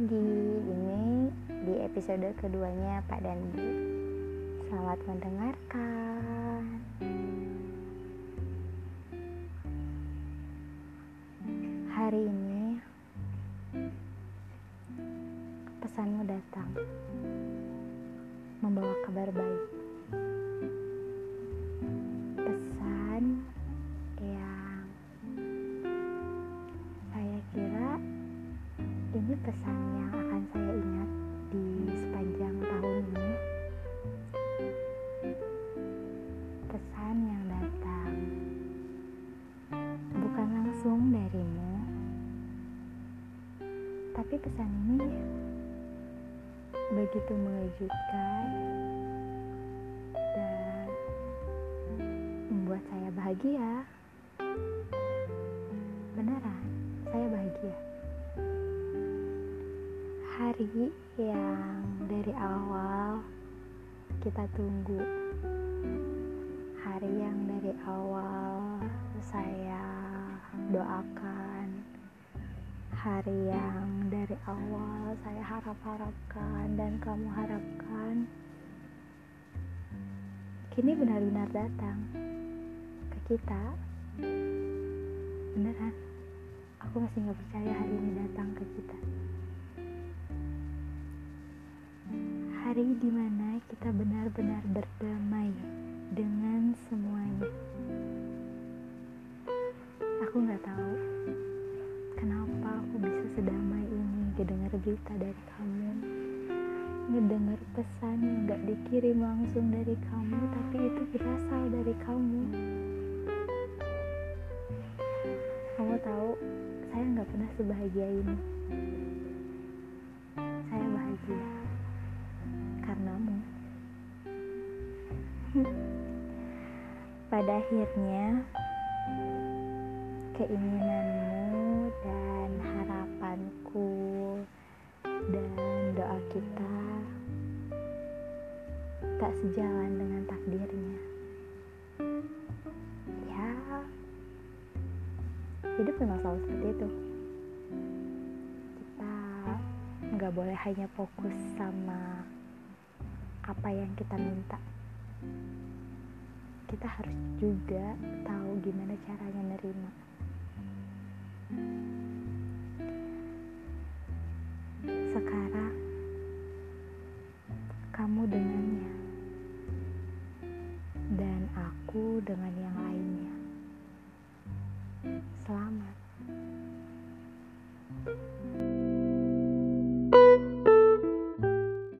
lagi. Ini di episode keduanya Pak dan Bu. Selamat mendengarkan. Hari ini pesanmu datang membawa kabar baik. Pesan yang saya kira ini pesan yang akan saya ingat di sepanjang tahun ini. Pesan yang datang bukan langsung darimu, tapi pesan ini begitu mengejutkan dan membuat saya bahagia. Beneran, saya bahagia. Hari yang dari awal kita tunggu, hari yang dari awal saya doakan, hari yang dari awal saya harap-harapkan dan kamu harapkan, kini benar-benar datang ke kita. Beneran, aku masih gak percaya hari ini datang ke kita. Hari dimana kita benar-benar berdamai dengan semuanya. Aku gak tahu kenapa aku bisa sedamai ini ngedengar berita dari kamu, ngedengar pesan yang gak dikirim langsung dari kamu, tapi itu berasal dari kamu. Kamu tahu, saya gak pernah sebahagia ini. Saya bahagia karenamu. Pada akhirnya keinginanmu dan harapanku dan doa kita tak sejalan dengan takdirnya. Ya, hidup memang selalu seperti itu. Kita gak boleh hanya fokus sama apa yang kita minta. Kita harus juga tahu gimana caranya nerima. Sekarang kamu dengannya dan aku dengan yang lain.